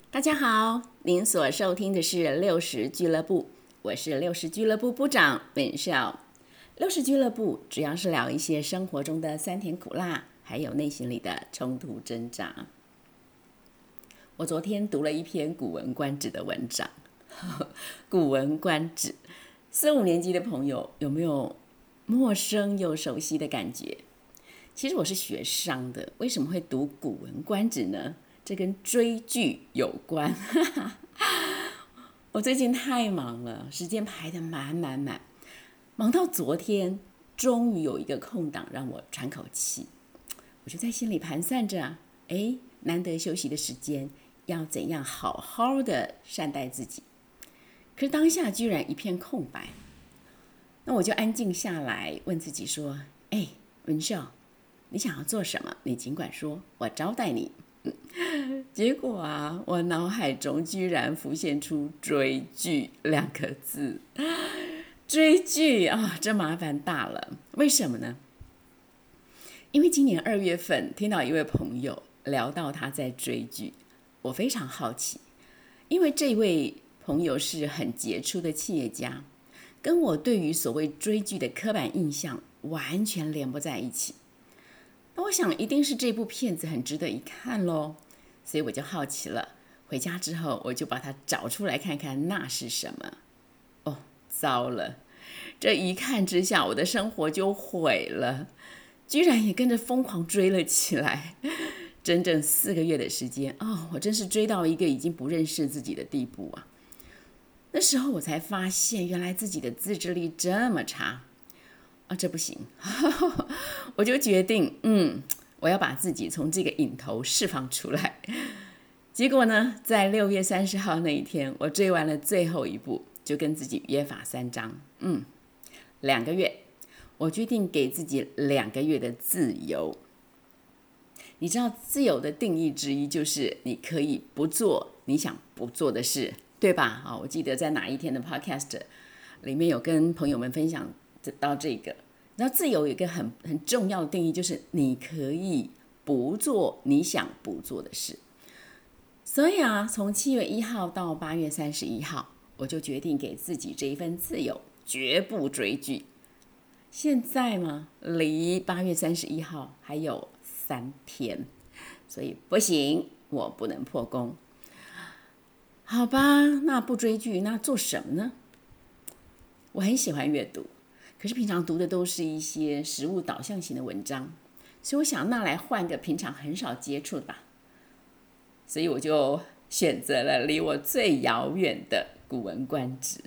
大家好，您所收听的是六十俱乐部，我是六十俱乐部部长本少。六十俱乐部主要是聊一些生活中的酸甜苦辣，还有内心里的冲突挣扎。我昨天读了一篇《古文观止》的文章，古文观止，4、5年级的朋友有没有陌生又熟悉的感觉？其实我是学商的，为什么会读《古文观止》呢？这跟追剧有关。我最近太忙了，时间排得满，忙到昨天终于有一个空档让我喘口气。我就在心里盘算着，难得休息的时间，要怎样好好的善待自己。可是当下居然一片空白，那我就安静下来，问自己说：文少，你想要做什么？你尽管说，我招待你。结果啊，我脑海中居然浮现出追剧2个字。追剧啊，这麻烦大了。为什么呢？因为今年2月份听到一位朋友聊到他在追剧，我非常好奇，因为这位朋友是很杰出的企业家，跟我对于所谓追剧的刻板印象完全连不在一起。那我想一定是这部片子很值得一看咯，所以我就好奇了。回家之后我就把它找出来看看那是什么。糟了，这一看之下我的生活就毁了，居然也跟着疯狂追了起来。整整4个月的时间，我真是追到一个已经不认识自己的地步啊。那时候我才发现原来自己的自制力这么差。这不行。我就决定我要把自己从这个瘾头释放出来。结果呢，在6月30号那一天，我追完了最后一部，就跟自己约法3章，2个月，我决定给自己2个月的自由。你知道自由的定义之一就是你可以不做你想不做的事，对吧？我记得在哪一天的 podcast 里面有跟朋友们分享到这个。然后自由有一个很重要的定义，就是你可以不做你想不做的事。所以从7月1号到8月31号，我就决定给自己这一份自由，绝不追剧。现在嘛，离8月31号还有3天，所以不行，我不能破功。好吧，那不追剧，那做什么呢？我很喜欢阅读，可是平常读的都是一些实务导向型的文章，所以我想那来换个平常很少接触的吧。所以我就选择了离我最遥远的《古文观止》。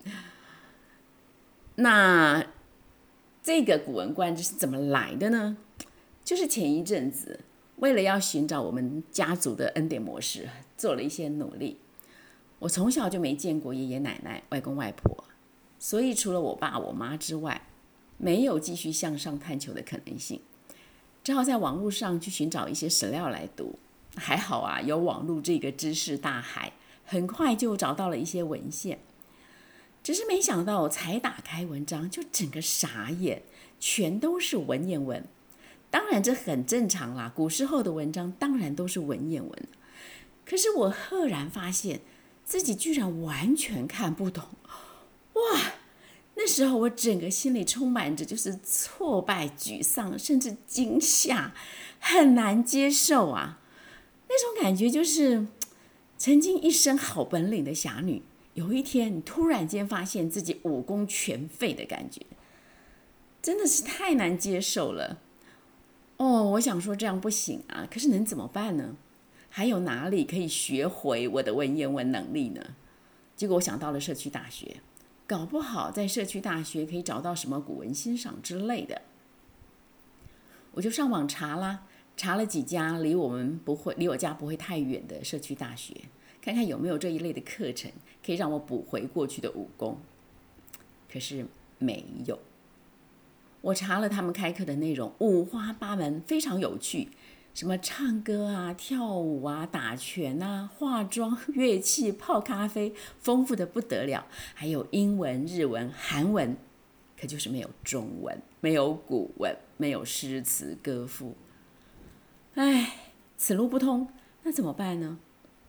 那这个《古文观止》是怎么来的呢？就是前一阵子，为了要寻找我们家族的恩典模式，做了一些努力。我从小就没见过爷爷奶奶、外公外婆，所以除了我爸我妈之外，没有继续向上探求的可能性，只好在网络上去寻找一些史料来读。还好有网络这个知识大海，很快就找到了一些文献。只是没想到，我才打开文章就整个傻眼，全都是文言文。当然这很正常啦，古时候的文章当然都是文言文。可是我赫然发现自己居然完全看不懂。哇！那时候我整个心里充满着就是挫败、沮丧，甚至惊吓，很难接受啊。那种感觉就是曾经一身好本领的侠女，有一天你突然间发现自己武功全废的感觉，真的是太难接受了。我想说这样不行啊，可是能怎么办呢？还有哪里可以学回我的文言文能力呢？结果我想到了社区大学，搞不好在社区大学可以找到什么古文欣赏之类的。我就上网查了几家离我家不会太远的社区大学，看看有没有这一类的课程可以让我补回过去的武功。可是没有。我查了他们开课的内容，五花八门，非常有趣，什么唱歌跳舞打拳化妆、乐器、泡咖啡，丰富的不得了。还有英文、日文、韩文，可就是没有中文，没有古文，没有诗词歌赋。此路不通，那怎么办呢？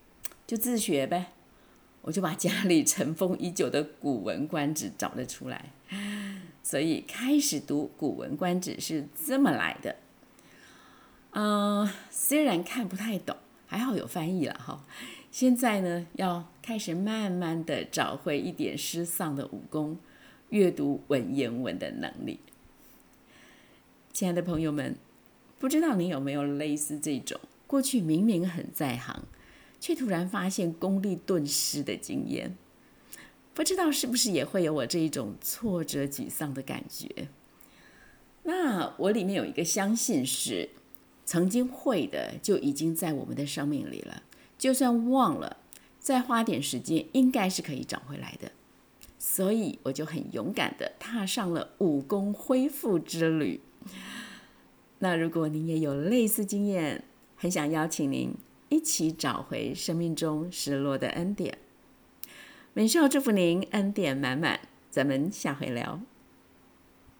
就自学呗。我就把家里尘封已久的《古文观止》找了出来，所以开始读《古文观止》是这么来的。虽然看不太懂，还好有翻译了哈。现在呢，要开始慢慢的找回一点失丧的武功，阅读文言文的能力。亲爱的朋友们，不知道你有没有类似这种过去明明很在行，却突然发现功力顿失的经验？不知道是不是也会有我这一种挫折沮丧的感觉？那我里面有一个相信是，曾经会的就已经在我们的生命里了，就算忘了，再花点时间应该是可以找回来的。所以我就很勇敢的踏上了武功恢复之旅。那如果您也有类似经验，很想邀请您一起找回生命中失落的恩典。美少祝福您恩典满满，咱们下回聊。